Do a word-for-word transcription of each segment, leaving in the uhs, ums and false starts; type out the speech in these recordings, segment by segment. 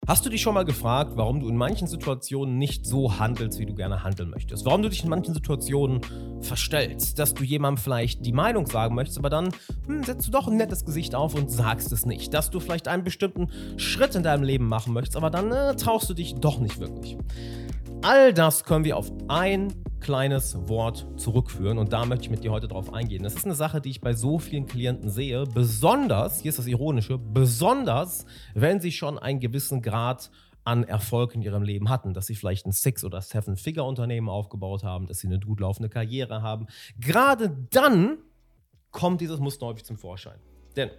Hast du dich schon mal gefragt, warum du in manchen Situationen nicht so handelst, wie du gerne handeln möchtest? Warum du dich in manchen Situationen verstellst? Dass du jemandem vielleicht die Meinung sagen möchtest, aber dann hm, setzt du doch ein nettes Gesicht auf und sagst es nicht. Dass du vielleicht einen bestimmten Schritt in deinem Leben machen möchtest, aber dann äh, traust du dich doch nicht wirklich. All das können wir auf ein kleines Wort zurückführen und da möchte ich mit dir heute drauf eingehen. Das ist eine Sache, die ich bei so vielen Klienten sehe, besonders, hier ist das Ironische, besonders, wenn sie schon einen gewissen Grad an Erfolg in ihrem Leben hatten, dass sie vielleicht ein Six- oder Seven-Figure-Unternehmen aufgebaut haben, dass sie eine gut laufende Karriere haben. Gerade dann kommt dieses Muster häufig zum Vorschein. Denn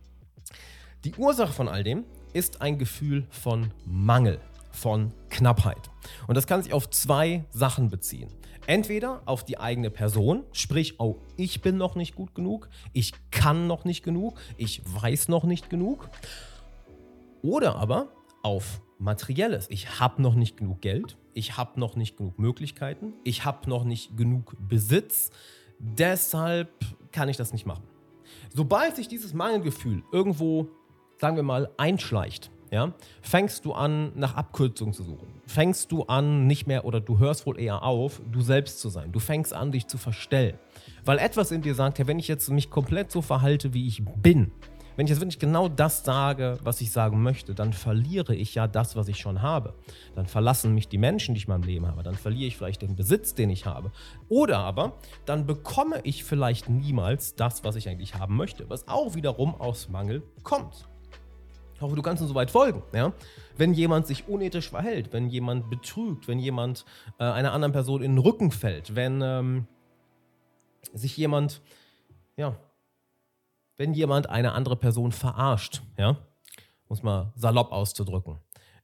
die Ursache von all dem ist ein Gefühl von Mangel, von Knappheit. Und das kann sich auf zwei Sachen beziehen. Entweder auf die eigene Person, sprich, oh, ich bin noch nicht gut genug, ich kann noch nicht genug, ich weiß noch nicht genug. Oder aber auf Materielles. Ich habe noch nicht genug Geld, ich habe noch nicht genug Möglichkeiten, ich habe noch nicht genug Besitz, deshalb kann ich das nicht machen. Sobald sich dieses Mangelgefühl irgendwo, sagen wir mal, einschleicht, ja, fängst du an, nach Abkürzungen zu suchen. Fängst du an, nicht mehr oder du hörst wohl eher auf, du selbst zu sein. Du fängst an, dich zu verstellen. Weil etwas in dir sagt, ja, wenn ich jetzt mich komplett so verhalte, wie ich bin, wenn ich jetzt wirklich genau das sage, was ich sagen möchte, dann verliere ich ja das, was ich schon habe. Dann verlassen mich die Menschen, die ich in meinem Leben habe. Dann verliere ich vielleicht den Besitz, den ich habe. Oder aber, dann bekomme ich vielleicht niemals das, was ich eigentlich haben möchte. Was auch wiederum aus Mangel kommt. Ich hoffe, du kannst uns soweit folgen. Ja? Wenn jemand sich unethisch verhält, wenn jemand betrügt, wenn jemand äh, einer anderen Person in den Rücken fällt, wenn ähm, sich jemand, ja, wenn jemand eine andere Person verarscht, ja, muss man salopp auszudrücken.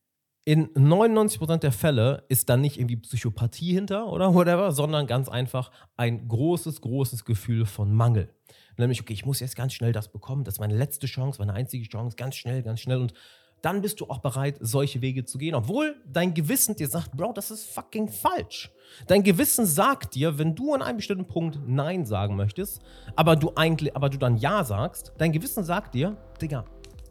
In neunundneunzig Prozent der Fälle ist dann nicht irgendwie Psychopathie hinter oder whatever, sondern ganz einfach ein großes, großes Gefühl von Mangel. Nämlich, okay, ich muss jetzt ganz schnell das bekommen, das ist meine letzte Chance, meine einzige Chance, ganz schnell, ganz schnell. Und dann bist du auch bereit, solche Wege zu gehen, obwohl dein Gewissen dir sagt, Bro, das ist fucking falsch. Dein Gewissen sagt dir, wenn du an einem bestimmten Punkt Nein sagen möchtest, aber du eigentlich, aber du dann Ja sagst, dein Gewissen sagt dir, Digga,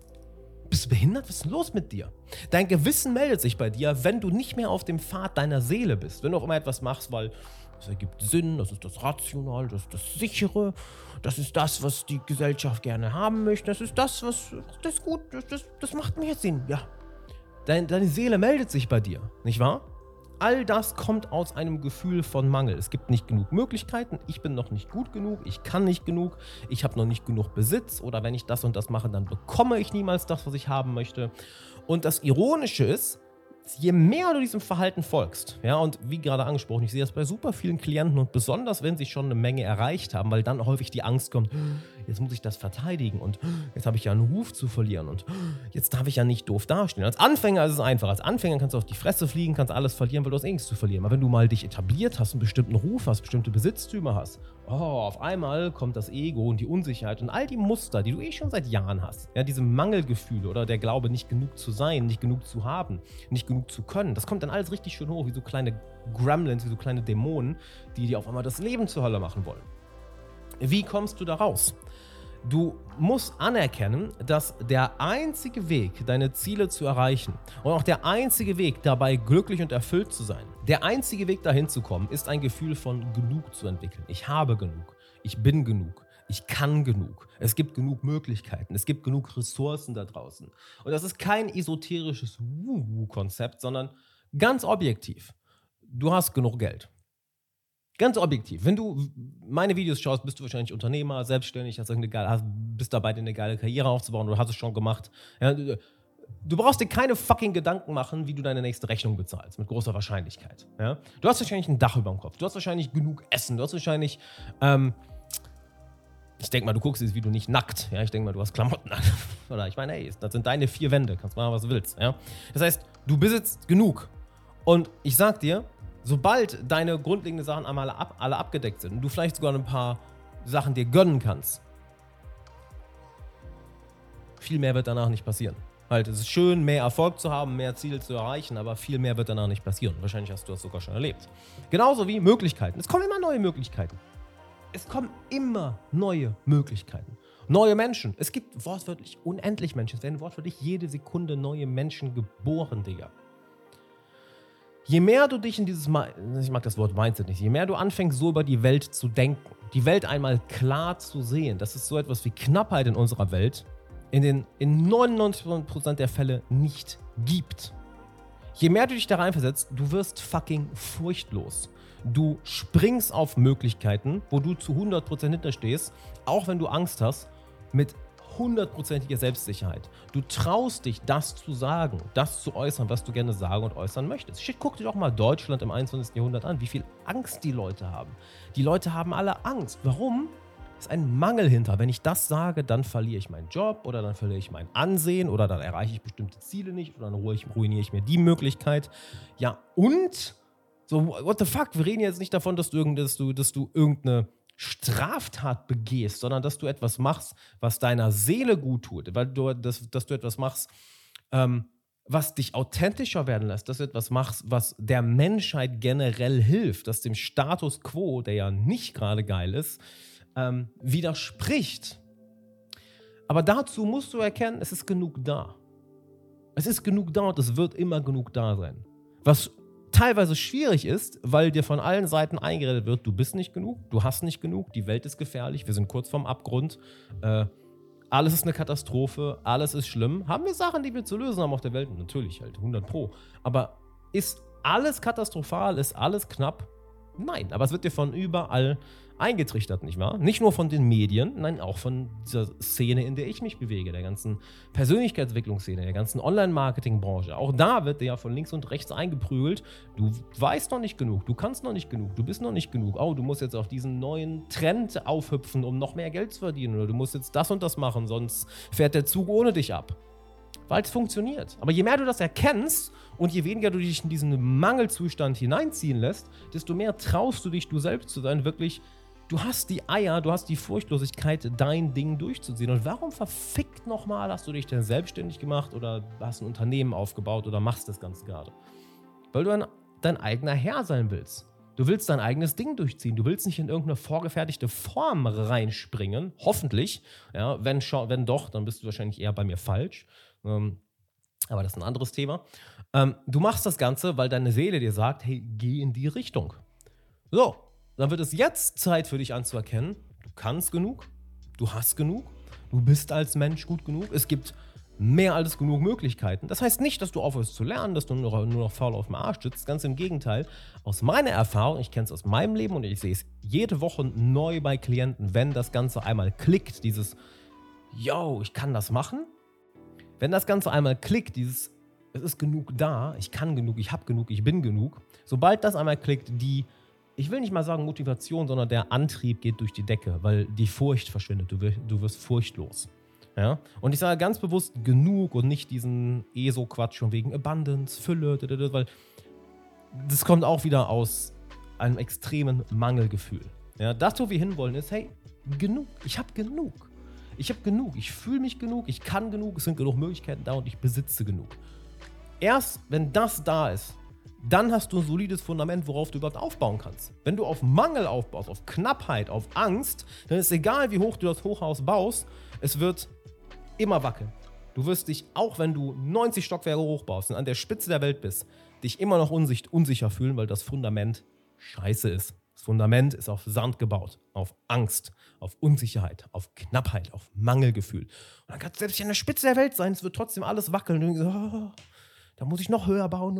bist du behindert? Was ist denn los mit dir? Dein Gewissen meldet sich bei dir, wenn du nicht mehr auf dem Pfad deiner Seele bist. Wenn du auch immer etwas machst, weil das ergibt Sinn, das ist das Rational, das ist das Sichere, das ist das, was die Gesellschaft gerne haben möchte, das ist das, was, das ist gut, das, das, das macht mehr Sinn, ja. Dein, deine Seele meldet sich bei dir, nicht wahr? All das kommt aus einem Gefühl von Mangel. Es gibt nicht genug Möglichkeiten, ich bin noch nicht gut genug, ich kann nicht genug, ich habe noch nicht genug Besitz oder wenn ich das und das mache, dann bekomme ich niemals das, was ich haben möchte. Und das Ironische ist, je mehr du diesem Verhalten folgst, ja, und wie gerade angesprochen, ich sehe das bei super vielen Klienten und besonders, wenn sie schon eine Menge erreicht haben, weil dann häufig die Angst kommt, jetzt muss ich das verteidigen und jetzt habe ich ja einen Ruf zu verlieren und jetzt darf ich ja nicht doof dastehen. Als Anfänger ist es einfach. Als Anfänger kannst du auf die Fresse fliegen, kannst alles verlieren, weil du hast eh nichts zu verlieren. Aber wenn du mal dich etabliert hast, einen bestimmten Ruf hast, bestimmte Besitztümer hast, oh, auf einmal kommt das Ego und die Unsicherheit und all die Muster, die du eh schon seit Jahren hast. Ja, diese Mangelgefühle oder der Glaube, nicht genug zu sein, nicht genug zu haben, nicht genug zu können. Das kommt dann alles richtig schön hoch, wie so kleine Gremlins, wie so kleine Dämonen, die dir auf einmal das Leben zur Hölle machen wollen. Wie kommst du da raus? Du musst anerkennen, dass der einzige Weg, deine Ziele zu erreichen und auch der einzige Weg, dabei glücklich und erfüllt zu sein, der einzige Weg, dahin zu kommen, ist ein Gefühl von genug zu entwickeln. Ich habe genug, ich bin genug, ich kann genug, es gibt genug Möglichkeiten, es gibt genug Ressourcen da draußen. Und das ist kein esoterisches Wuhu-Konzept, sondern ganz objektiv. Du hast genug Geld. Ganz objektiv. Wenn du meine Videos schaust, bist du wahrscheinlich Unternehmer, selbstständig, hast irgendeine geile, hast, bist dabei, dir eine geile Karriere aufzubauen oder hast es schon gemacht. Ja, du, du brauchst dir keine fucking Gedanken machen, wie du deine nächste Rechnung bezahlst, mit großer Wahrscheinlichkeit. Ja? Du hast wahrscheinlich ein Dach über dem Kopf, du hast wahrscheinlich genug Essen, du hast wahrscheinlich, ähm, ich denke mal, du guckst dieses Video nicht nackt. Ja? Ich denke mal, du hast Klamotten an. Oder ich meine, ey, das sind deine vier Wände, kannst machen, was du willst. Ja? Das heißt, du besitzt genug. Und ich sag dir, sobald deine grundlegenden Sachen einmal ab, alle abgedeckt sind und du vielleicht sogar ein paar Sachen dir gönnen kannst, viel mehr wird danach nicht passieren. Halt, es ist schön, mehr Erfolg zu haben, mehr Ziele zu erreichen, aber viel mehr wird danach nicht passieren. Wahrscheinlich hast du das sogar schon erlebt. Genauso wie Möglichkeiten. Es kommen immer neue Möglichkeiten. Es kommen immer neue Möglichkeiten. Neue Menschen. Es gibt wortwörtlich unendlich Menschen. Es werden wortwörtlich jede Sekunde neue Menschen geboren, Digga. Je mehr du dich in dieses, ich mag das Wort Mindset nicht, je mehr du anfängst, so über die Welt zu denken, die Welt einmal klar zu sehen, dass es so etwas wie Knappheit in unserer Welt in, den, in neunundneunzig Prozent der Fälle nicht gibt. Je mehr du dich da reinversetzt, du wirst fucking furchtlos. Du springst auf Möglichkeiten, wo du zu hundert Prozent hinterstehst, auch wenn du Angst hast, mit hundertprozentiger Selbstsicherheit. Du traust dich, das zu sagen, das zu äußern, was du gerne sagen und äußern möchtest. Shit, guck dir doch mal Deutschland im einundzwanzigsten Jahrhundert an, wie viel Angst die Leute haben. Die Leute haben alle Angst. Warum? Ist ein Mangel hinter. Wenn ich das sage, dann verliere ich meinen Job oder dann verliere ich mein Ansehen oder dann erreiche ich bestimmte Ziele nicht oder dann ruiniere ich mir die Möglichkeit. Ja, und so, what the fuck? Wir reden jetzt nicht davon, dass du, dass du, dass du irgendeine Straftat begehst, sondern dass du etwas machst, was deiner Seele gut tut, weil du, dass, dass du etwas machst, ähm, was dich authentischer werden lässt, dass du etwas machst, was der Menschheit generell hilft, dass dem Status quo, der ja nicht gerade geil ist, ähm, widerspricht. Aber dazu musst du erkennen, es ist genug da. Es ist genug da und es wird immer genug da sein. Was teilweise schwierig ist, weil dir von allen Seiten eingeredet wird, du bist nicht genug, du hast nicht genug, die Welt ist gefährlich, wir sind kurz vorm Abgrund, äh, alles ist eine Katastrophe, alles ist schlimm. Haben wir Sachen, die wir zu lösen haben auf der Welt? Natürlich halt, hundert Pro. Aber ist alles katastrophal, ist alles knapp? Nein, aber es wird dir von überall eingetrichtert, nicht wahr? Nicht nur von den Medien, nein, auch von dieser Szene, in der ich mich bewege, der ganzen Persönlichkeitsentwicklungsszene, der ganzen Online-Marketing-Branche. Auch da wird dir ja von links und rechts eingeprügelt, du weißt noch nicht genug, du kannst noch nicht genug, du bist noch nicht genug. Oh, du musst jetzt auf diesen neuen Trend aufhüpfen, um noch mehr Geld zu verdienen, oder du musst jetzt das und das machen, sonst fährt der Zug ohne dich ab. Weil es funktioniert. Aber je mehr du das erkennst und je weniger du dich in diesen Mangelzustand hineinziehen lässt, desto mehr traust du dich, du selbst zu sein, wirklich. Du hast die Eier, du hast die Furchtlosigkeit, dein Ding durchzuziehen. Und warum verfickt nochmal hast du dich denn selbstständig gemacht oder hast ein Unternehmen aufgebaut oder machst das Ganze gerade? Weil du ein, dein eigener Herr sein willst. Du willst dein eigenes Ding durchziehen. Du willst nicht in irgendeine vorgefertigte Form reinspringen. Hoffentlich. Ja, wenn, wenn doch, dann bist du wahrscheinlich eher bei mir falsch. Ähm, aber das ist ein anderes Thema. Ähm, du machst das Ganze, weil deine Seele dir sagt, hey, geh in die Richtung. So. Dann wird es jetzt Zeit für dich anzuerkennen, du kannst genug, du hast genug, du bist als Mensch gut genug. Es gibt mehr als genug Möglichkeiten. Das heißt nicht, dass du aufhörst zu lernen, dass du nur noch, nur noch faul auf dem Arsch sitzt. Ganz im Gegenteil. Aus meiner Erfahrung, ich kenne es aus meinem Leben und ich sehe es jede Woche neu bei Klienten, wenn das Ganze einmal klickt, dieses yo, ich kann das machen. Wenn das Ganze einmal klickt, dieses es ist genug da, ich kann genug, ich habe genug, ich bin genug. Sobald das einmal klickt, die ich will nicht mal sagen Motivation, sondern der Antrieb geht durch die Decke, weil die Furcht verschwindet. Du wirst, du wirst furchtlos. Ja? Und ich sage ganz bewusst genug und nicht diesen E S O-Quatsch von wegen Abundance, Fülle, weil das kommt auch wieder aus einem extremen Mangelgefühl. Ja? Das, wo wir hinwollen, ist, hey, genug. Ich habe genug. Ich habe genug. Ich fühle mich genug. Ich kann genug. Es sind genug Möglichkeiten da und ich besitze genug. Erst wenn das da ist, dann hast du ein solides Fundament, worauf du überhaupt aufbauen kannst. Wenn du auf Mangel aufbaust, auf Knappheit, auf Angst, dann ist egal, wie hoch du das Hochhaus baust, es wird immer wackeln. Du wirst dich, auch wenn du neunzig Stockwerke hochbaust und an der Spitze der Welt bist, dich immer noch unsicher fühlen, weil das Fundament scheiße ist. Das Fundament ist auf Sand gebaut, auf Angst, auf Unsicherheit, auf Knappheit, auf Mangelgefühl. Und dann kannst du selbst an der Spitze der Welt sein, es wird trotzdem alles wackeln. Und du denkst, oh, da muss ich noch höher bauen.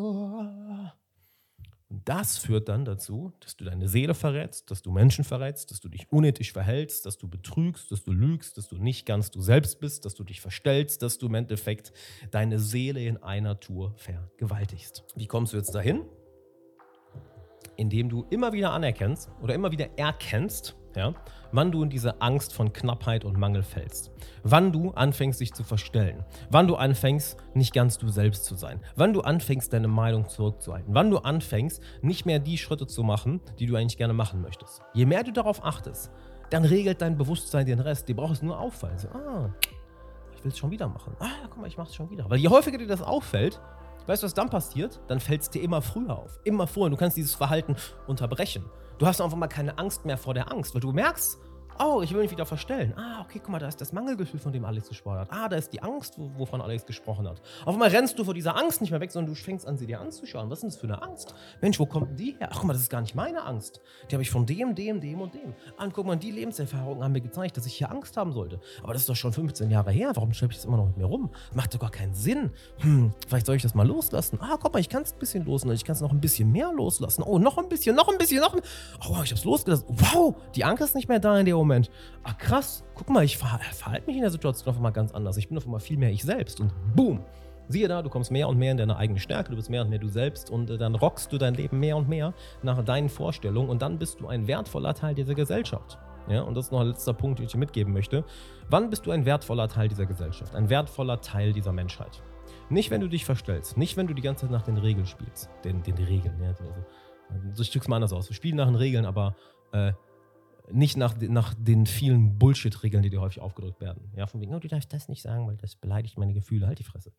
Und das führt dann dazu, dass du deine Seele verrätst, dass du Menschen verrätst, dass du dich unethisch verhältst, dass du betrügst, dass du lügst, dass du nicht ganz du selbst bist, dass du dich verstellst, dass du im Endeffekt deine Seele in einer Tour vergewaltigst. Wie kommst du jetzt dahin? Indem du immer wieder anerkennst oder immer wieder erkennst, ja, wann du in diese Angst von Knappheit und Mangel fällst, wann du anfängst, dich zu verstellen, wann du anfängst, nicht ganz du selbst zu sein, wann du anfängst, deine Meinung zurückzuhalten, wann du anfängst, nicht mehr die Schritte zu machen, die du eigentlich gerne machen möchtest. Je mehr du darauf achtest, dann regelt dein Bewusstsein den Rest. Dir braucht es nur auffallen. So, ah, ich will es schon wieder machen. Ah, guck mal, ich mache es schon wieder. Weil je häufiger dir das auffällt, weißt du, was dann passiert? Dann fällt es dir immer früher auf. Immer früher. Du kannst dieses Verhalten unterbrechen. Du hast einfach mal keine Angst mehr vor der Angst, weil du merkst, Oh, ich will mich wieder verstellen. Ah, okay, guck mal, da ist das Mangelgefühl, von dem Alex gesprochen hat. Ah, da ist die Angst, wo- wovon Alex gesprochen hat. Auf einmal rennst du vor dieser Angst nicht mehr weg, sondern du fängst an, sie dir anzuschauen. Was ist denn das für eine Angst? Mensch, wo kommt denn die her? Ach, guck mal, das ist gar nicht meine Angst. Die habe ich von dem, dem, dem und dem. Ah, und guck mal, die Lebenserfahrungen haben mir gezeigt, dass ich hier Angst haben sollte. Aber das ist doch schon fünfzehn Jahre her. Warum schleppe ich das immer noch mit mir rum? Macht doch gar keinen Sinn. Hm, vielleicht soll ich das mal loslassen. Ah, guck mal, ich kann es ein bisschen loslassen. Ich kann es noch ein bisschen mehr loslassen. Oh, noch ein bisschen, noch ein bisschen, noch ein... Oh, ich habe es losgelassen. Wow, die Angst ist nicht mehr da in dem Moment. Ah, krass. Guck mal, ich ver verhalte mich in der Situation auf einmal ganz anders. Ich bin auf einmal viel mehr ich selbst. Und boom, siehe da, du kommst mehr und mehr in deine eigene Stärke. Du bist mehr und mehr du selbst. Und äh, dann rockst du dein Leben mehr und mehr nach deinen Vorstellungen. Und dann bist du ein wertvoller Teil dieser Gesellschaft. Ja, und das ist noch ein letzter Punkt, den ich dir mitgeben möchte. Wann bist du ein wertvoller Teil dieser Gesellschaft? Ein wertvoller Teil dieser Menschheit? Nicht, wenn du dich verstellst. Nicht, wenn du die ganze Zeit nach den Regeln spielst. Den, den Regeln. Ja, also, so stückst mal anders aus. Wir spielen nach den Regeln, aber äh, nicht nach, nach den vielen Bullshit-Regeln, die dir häufig aufgedrückt werden. Ja, von wegen, oh, du darfst das nicht sagen, weil das beleidigt meine Gefühle. Halt die Fresse.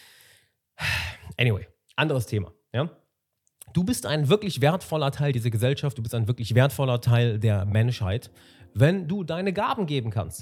Anyway, anderes Thema. Ja? Du bist ein wirklich wertvoller Teil dieser Gesellschaft. Du bist ein wirklich wertvoller Teil der Menschheit, wenn du deine Gaben geben kannst.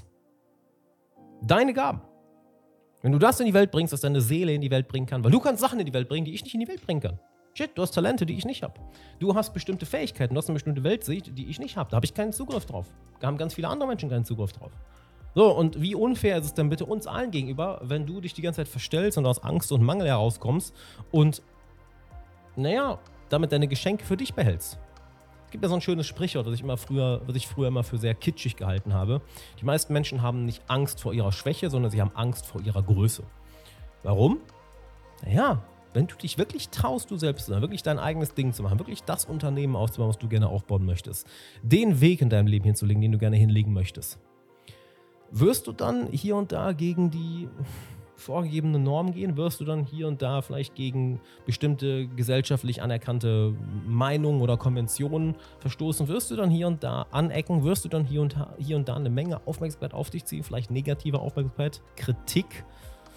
Deine Gaben. Wenn du das in die Welt bringst, was deine Seele in die Welt bringen kann, weil du kannst Sachen in die Welt bringen, die ich nicht in die Welt bringen kann. Shit, du hast Talente, die ich nicht habe. Du hast bestimmte Fähigkeiten, du hast eine bestimmte Weltsicht, die ich nicht habe. Da habe ich keinen Zugriff drauf. Da haben ganz viele andere Menschen keinen Zugriff drauf. So, und wie unfair ist es denn bitte uns allen gegenüber, wenn du dich die ganze Zeit verstellst und aus Angst und Mangel herauskommst und, naja, damit deine Geschenke für dich behältst. Es gibt ja so ein schönes Sprichwort, das ich, immer früher, was ich früher immer für sehr kitschig gehalten habe. Die meisten Menschen haben nicht Angst vor ihrer Schwäche, sondern sie haben Angst vor ihrer Größe. Warum? Naja, wenn du dich wirklich traust, du selbst zu sein, wirklich dein eigenes Ding zu machen, wirklich das Unternehmen aufzubauen, was du gerne aufbauen möchtest, den Weg in deinem Leben hinzulegen, den du gerne hinlegen möchtest, wirst du dann hier und da gegen die vorgegebene Norm gehen? Wirst du dann hier und da vielleicht gegen bestimmte gesellschaftlich anerkannte Meinungen oder Konventionen verstoßen? Wirst du dann hier und da anecken? Wirst du dann hier und da, hier und da eine Menge Aufmerksamkeit auf dich ziehen? Vielleicht negative Aufmerksamkeit, Kritik?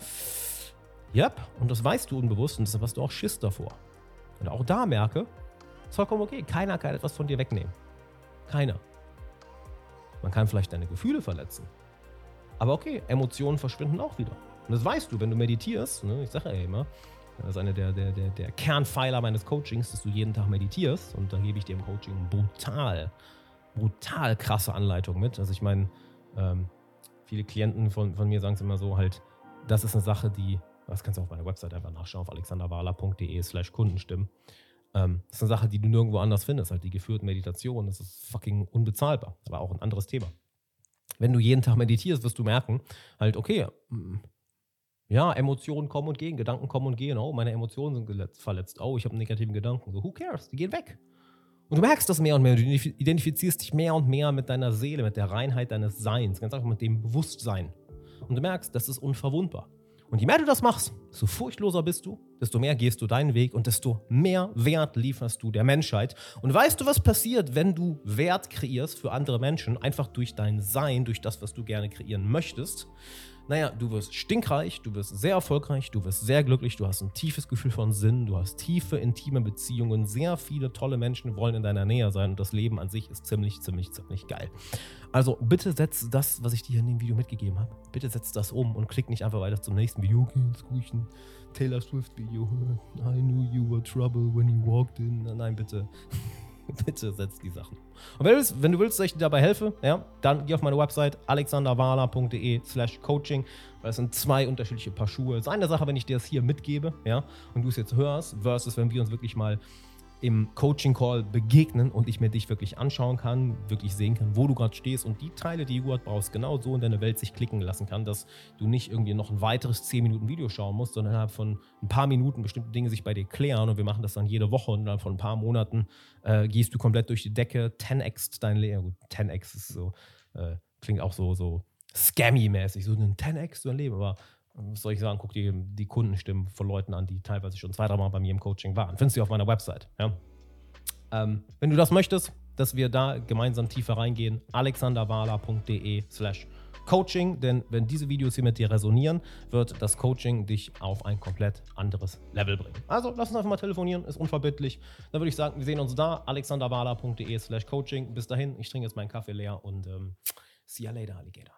Ja, yep. Und das weißt du unbewusst und deshalb hast du auch Schiss davor. Und auch da merke, ist vollkommen okay. Keiner kann etwas von dir wegnehmen. Keiner. Man kann vielleicht deine Gefühle verletzen. Aber okay, Emotionen verschwinden auch wieder. Und das weißt du, wenn du meditierst. Ne? Ich sage ja immer, das ist einer der, der, der, der Kernpfeiler meines Coachings, dass du jeden Tag meditierst. Und da gebe ich dir im Coaching brutal, brutal krasse Anleitungen mit. Also ich meine, ähm, viele Klienten von, von mir sagen es immer so halt, das ist eine Sache, die, das kannst du auf meiner Website einfach nachschauen, auf alexanderwahler.de slash Kundenstimmen. Ähm, das ist eine Sache, die du nirgendwo anders findest. Halt die geführten Meditationen, das ist fucking unbezahlbar. Aber auch ein anderes Thema. Wenn du jeden Tag meditierst, wirst du merken, halt, okay, ja, Emotionen kommen und gehen, Gedanken kommen und gehen. Oh, meine Emotionen sind verletzt. Oh, ich habe einen negativen Gedanken. So, who cares? Die gehen weg. Und du merkst das mehr und mehr. Du identifizierst dich mehr und mehr mit deiner Seele, mit der Reinheit deines Seins, ganz einfach mit dem Bewusstsein. Und du merkst, das ist unverwundbar. Und je mehr du das machst, desto furchtloser bist du, desto mehr gehst du deinen Weg und desto mehr Wert lieferst du der Menschheit. Und weißt du, was passiert, wenn du Wert kreierst für andere Menschen, einfach durch dein Sein, durch das, was du gerne kreieren möchtest? Naja, du wirst stinkreich, du wirst sehr erfolgreich, du wirst sehr glücklich, du hast ein tiefes Gefühl von Sinn, du hast tiefe, intime Beziehungen, sehr viele tolle Menschen wollen in deiner Nähe sein und das Leben an sich ist ziemlich, ziemlich, ziemlich geil. Also bitte setz das, was ich dir in dem Video mitgegeben habe, bitte setz das um und klick nicht einfach weiter zum nächsten Video. Okay, jetzt gucke ich ein Taylor Swift Video. I knew you were trouble when you walked in. Nein, bitte. Bitte setz die Sachen. Und wenn du willst, wenn du willst dass ich dir dabei helfe, ja, dann geh auf meine Website alexanderwahler.de slash coaching, weil es sind zwei unterschiedliche Paar Schuhe. Es ist eine Sache, wenn ich dir das hier mitgebe, ja, und du es jetzt hörst, versus wenn wir uns wirklich mal im Coaching-Call begegnen und ich mir dich wirklich anschauen kann, wirklich sehen kann, wo du gerade stehst und die Teile, die du gerade brauchst, genau so in deine Welt sich klicken lassen kann, dass du nicht irgendwie noch ein weiteres zehn Minuten Video schauen musst, sondern innerhalb von ein paar Minuten bestimmte Dinge sich bei dir klären und wir machen das dann jede Woche und innerhalb von ein paar Monaten äh, gehst du komplett durch die Decke, zehn x dein Leben. Ja, gut, zehn x ist so, äh, klingt auch so, so scammy-mäßig, so ein zehn x dein Leben, aber was soll ich sagen, guck dir die Kundenstimmen von Leuten an, die teilweise schon zwei, drei Mal bei mir im Coaching waren. Findest du auf meiner Website. Ja? Ähm, wenn du das möchtest, dass wir da gemeinsam tiefer reingehen, alexanderwahler.de slash Coaching, denn wenn diese Videos hier mit dir resonieren, wird das Coaching dich auf ein komplett anderes Level bringen. Also lass uns einfach mal telefonieren, ist unverbindlich. Dann würde ich sagen, wir sehen uns da, alexanderwahler.de slash Coaching. Bis dahin, ich trinke jetzt meinen Kaffee leer und ähm, See ya later, Alligator.